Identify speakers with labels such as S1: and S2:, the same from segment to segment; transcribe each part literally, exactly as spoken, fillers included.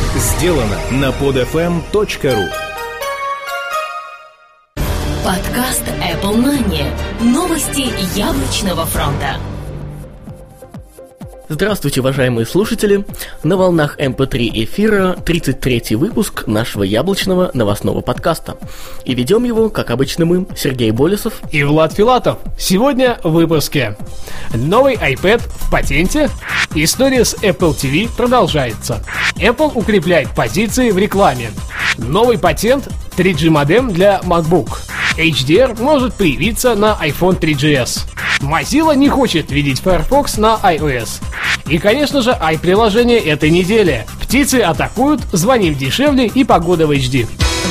S1: Сделано на под эф эм точка ру.
S2: Подкаст Apple Money. Новости яблочного фронта.
S3: Здравствуйте, уважаемые слушатели! На волнах эм пэ три эфира тридцать третий выпуск нашего яблочного новостного подкаста. И ведем его, как обычно, мы, Сергей Болесов
S4: и Влад Филатов. Сегодня в выпуске. Новый iPad в патенте. История с Apple ти ви продолжается. Apple укрепляет позиции в рекламе. Новый патент три джи модем для MacBook. эйч ди ар может появиться на iPhone три джи эс. Mozilla не хочет видеть Firefox на iOS. И, конечно же, i-приложение этой недели. Птицы атакуют, звоним дешевле и погода в эйч ди.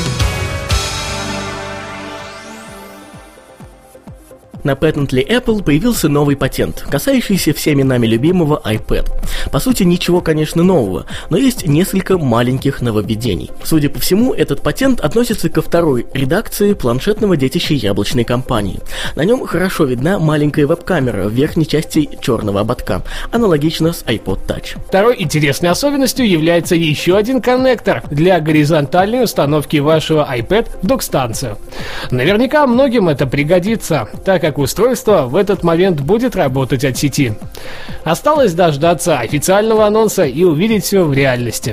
S3: На Patently Apple появился новый патент, касающийся всеми нами любимого iPad. По сути, ничего, конечно, нового, но есть несколько маленьких нововведений. Судя по всему, этот патент относится ко второй редакции планшетного детища яблочной компании. На нем хорошо видна маленькая веб-камера в верхней части черного ободка, аналогично с iPod Touch.
S4: Второй интересной особенностью является еще один коннектор для горизонтальной установки вашего iPad в док-станцию. Наверняка многим это пригодится, так как как устройство в этот момент будет работать от сети. Осталось дождаться официального анонса и увидеть все в реальности.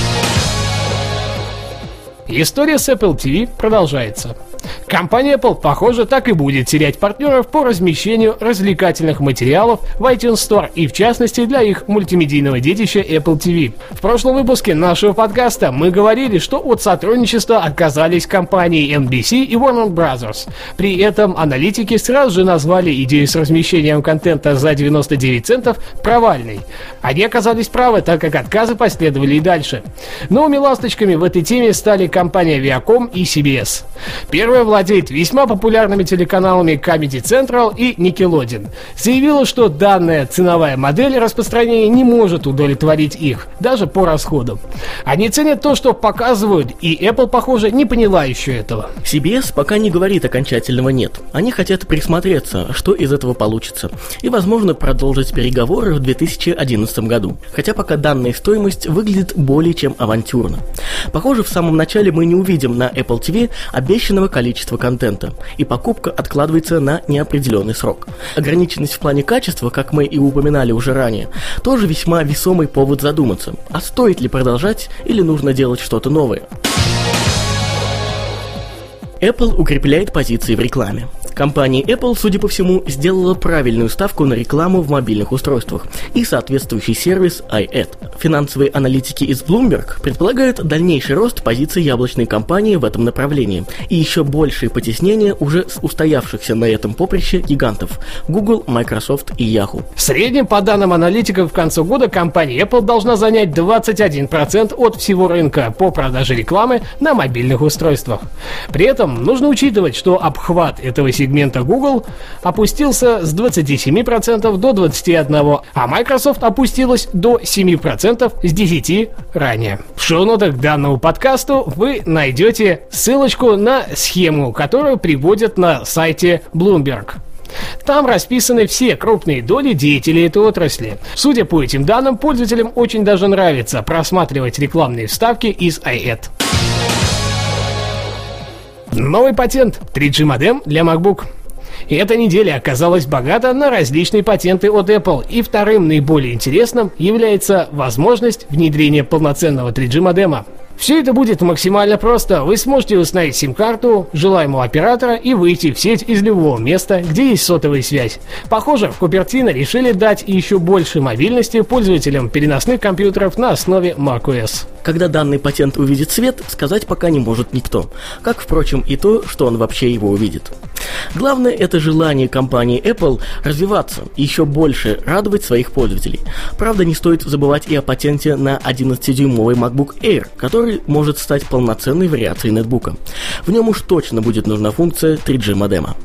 S4: История с Apple ти ви продолжается. Компания Apple, похоже, так и будет терять партнеров по размещению развлекательных материалов в iTunes Store и, в частности, для их мультимедийного детища Apple ти ви. В прошлом выпуске нашего подкаста мы говорили, что от сотрудничества отказались компании эн би си и Warner Brothers. При этом аналитики сразу же назвали идею с размещением контента за девяносто девять центов провальной. Они оказались правы, так как отказы последовали и дальше. Новыми ласточками в этой теме стали компания Viacom и си би эс. Первая владеет весьма популярными телеканалами Comedy Central и Nickelodeon. Заявила, что данная ценовая модель распространения не может удовлетворить их, даже по расходам. Они ценят то, что показывают, и Apple, похоже, не поняла еще этого.
S3: си би эс пока не говорит окончательного «нет». Они хотят присмотреться, что из этого получится, и, возможно, продолжить переговоры в две тысячи одиннадцатом году. Хотя пока данная стоимость выглядит более чем авантюрно. Похоже, в самом начале мы не увидим на Apple ти ви обещанного количества контента, и покупка откладывается на неопределенный срок. Ограниченность в плане качества, как мы и упоминали уже ранее, тоже весьма весомый повод задуматься, а стоит ли продолжать или нужно делать что-то новое. Apple укрепляет позиции в рекламе. Компания Apple, судя по всему, сделала правильную ставку на рекламу в мобильных устройствах и соответствующий сервис iAd. Финансовые аналитики из Bloomberg предполагают дальнейший рост позиций яблочной компании в этом направлении и еще большее потеснение уже устоявшихся на этом поприще гигантов Google, Microsoft и Yahoo.
S4: В среднем, по данным аналитиков, к концу года компания Apple должна занять двадцать один процент от всего рынка по продаже рекламы на мобильных устройствах. При этом нужно учитывать, что обхват этого сегмента сегмента Google опустился с двадцати семи процентов до двадцати одного процента, а Microsoft опустилась до семи процентов с десяти процентов ранее. В шоу-нотах к данному подкасту вы найдете ссылочку на схему, которую приводят на сайте Bloomberg. Там расписаны все крупные доли деятелей этой отрасли. Судя по этим данным, пользователям очень даже нравится просматривать рекламные вставки из iAd. Новый патент три джи модем для MacBook. И эта неделя оказалась богата на различные патенты от Apple, и вторым наиболее интересным является возможность внедрения полноценного три джи модема. Все это будет максимально просто. Вы сможете установить сим-карту желаемого оператора и выйти в сеть из любого места, где есть сотовая связь. Похоже, в Cupertino решили дать еще больше мобильности пользователям переносных компьютеров на основе macOS.
S3: Когда данный патент увидит свет, сказать пока не может никто. Как, впрочем, и то, что он вообще его увидит. Главное, это желание компании Apple развиваться и еще больше радовать своих пользователей. Правда, не стоит забывать и о патенте на одиннадцатидюймовый MacBook Air, который может стать полноценной вариацией нетбука. В нем уж точно будет нужна функция три джи модема.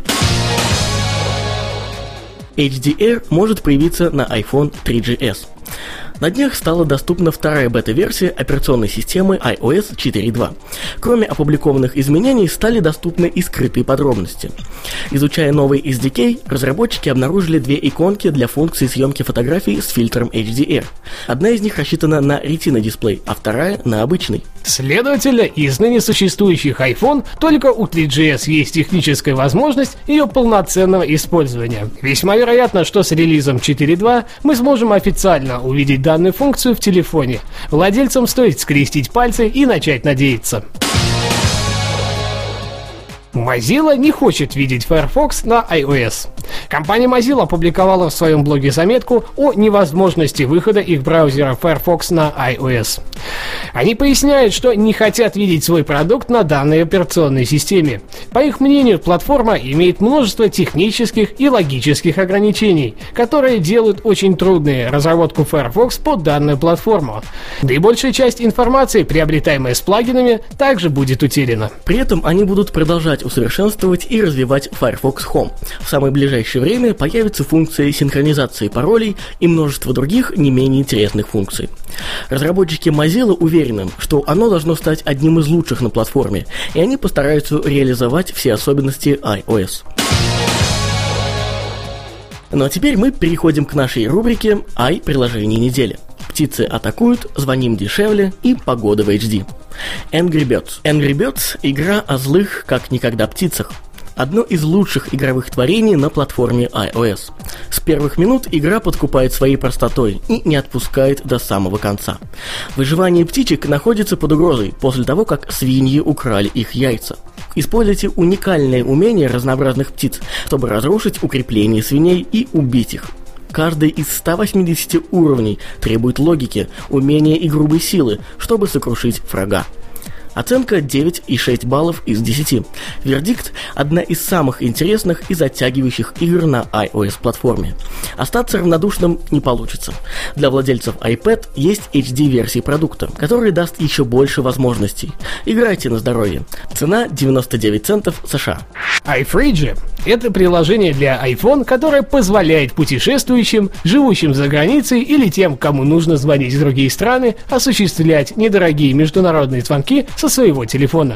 S3: эйч ди ар может появиться на iPhone три джи эс. На днях стала доступна вторая бета-версия операционной системы iOS четыре точка два. Кроме опубликованных изменений, стали доступны и скрытые подробности. Изучая новый эс ди кей, разработчики обнаружили две иконки для функции съемки фотографий с фильтром эйч ди ар. Одна из них рассчитана на Retina-дисплей, а вторая на обычный.
S4: Следовательно, из ныне существующих iPhone только у три джи эс есть техническая возможность ее полноценного использования. Весьма вероятно, что с релизом четыре точка два мы сможем официально увидеть данную функцию в телефоне. Владельцам стоит скрестить пальцы и начать надеяться. Mozilla не хочет видеть Firefox на iOS. Компания Mozilla опубликовала в своем блоге заметку о невозможности выхода их браузера Firefox на iOS. Они поясняют, что не хотят видеть свой продукт на данной операционной системе. По их мнению, платформа имеет множество технических и логических ограничений, которые делают очень трудной разработку Firefox под данную платформу. Да и большая часть информации, приобретаемая с плагинами, также будет утеряна.
S3: При этом они будут продолжать усовершенствовать и развивать Firefox Home. В самое ближайшее время появятся функции синхронизации паролей и множество других не менее интересных функций. Разработчики Mozilla уверены, что оно должно стать одним из лучших на платформе, и они постараются реализовать все особенности iOS. Ну а теперь мы переходим к нашей рубрике «Ай-приложение недели». Птицы атакуют, звоним дешевле и погода в эйч ди. Angry Birds. Angry Birds – игра о злых, как никогда, птицах. Одно из лучших игровых творений на платформе iOS. С первых минут игра подкупает своей простотой и не отпускает до самого конца. Выживание птичек находится под угрозой после того, как свиньи украли их яйца. Используйте уникальное умение разнообразных птиц, чтобы разрушить укрепления свиней и убить их. Каждый из ста восьмидесяти уровней требует логики, умения и грубой силы, чтобы сокрушить врага. Оценка девять и шесть баллов из десяти. Вердикт – одна из самых интересных и затягивающих игр на iOS-платформе. Остаться равнодушным не получится. Для владельцев iPad есть эйч ди-версия продукта, которая даст еще больше возможностей. Играйте на здоровье. Цена девяносто девять центов США.
S4: iFridge – это приложение для iPhone, которое позволяет путешествующим, живущим за границей или тем, кому нужно звонить в другие страны, осуществлять недорогие международные звонки со своего телефона.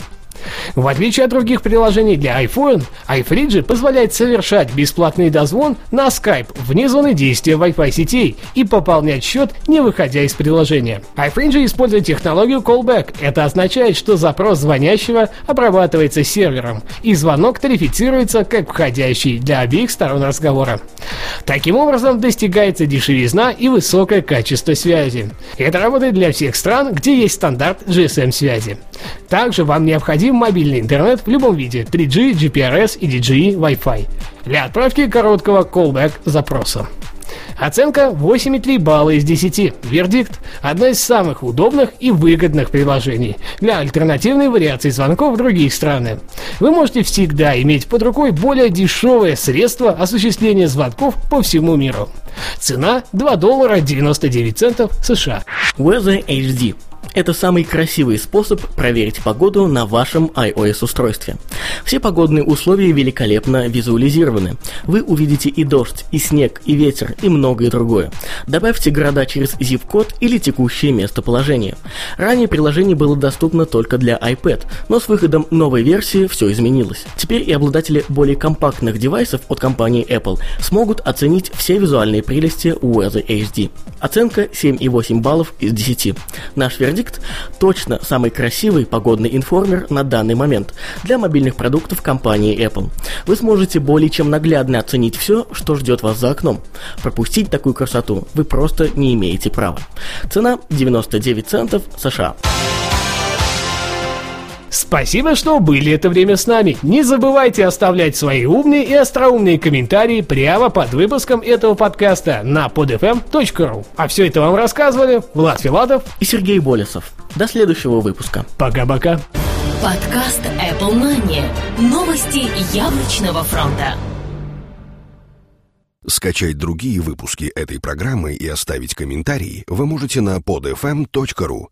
S4: В отличие от других приложений для iPhone, iFridge позволяет совершать бесплатный дозвон на Skype вне зоны действия Wi-Fi сетей и пополнять счет, не выходя из приложения. iFridge использует технологию callback. Это означает, что запрос звонящего обрабатывается сервером, и звонок тарифицируется как входящий для обеих сторон разговора. Таким образом, достигается дешевизна и высокое качество связи. Это работает для всех стран, где есть стандарт джи эс эм-связи. Также вам необходим мобильный интернет в любом виде три джи, джи пи ар эс и ди джи и Wi-Fi для отправки короткого callback запроса. Оценка восемь и три балла из десяти. Вердикт – одно из самых удобных и выгодных приложений для альтернативной вариации звонков в другие страны. Вы можете всегда иметь под рукой более дешевое средство осуществления звонков по всему миру. Цена два доллара девяносто девять центов США.
S3: Weather эйч ди. Это самый красивый способ проверить погоду на вашем iOS-устройстве. Все погодные условия великолепно визуализированы. Вы увидите и дождь, и снег, и ветер, и многое другое. Добавьте города через zip-код или текущее местоположение. Ранее приложение было доступно только для iPad, но с выходом новой версии все изменилось. Теперь и обладатели более компактных девайсов от компании Apple смогут оценить все визуальные прелести Weather эйч ди. Оценка семь и восемь баллов из десяти. Наш вердикт – точно самый красивый погодный информер на данный момент для мобильных продуктов компании Apple. Вы сможете более чем наглядно оценить все, что ждет вас за окном. Пропустить такую красоту вы просто не имеете права. Цена девяносто девять центов США.
S4: Спасибо, что были это время с нами. Не забывайте оставлять свои умные и остроумные комментарии прямо под выпуском этого подкаста на под эф эм точка ру. А все это вам рассказывали Влад Филатов
S3: и Сергей Болесов. До следующего выпуска.
S4: Пока-пока.
S2: Подкаст Apple Money. Новости яблочного фронта.
S5: Скачать другие выпуски этой программы и оставить комментарии вы можете на под эф эм точка ру.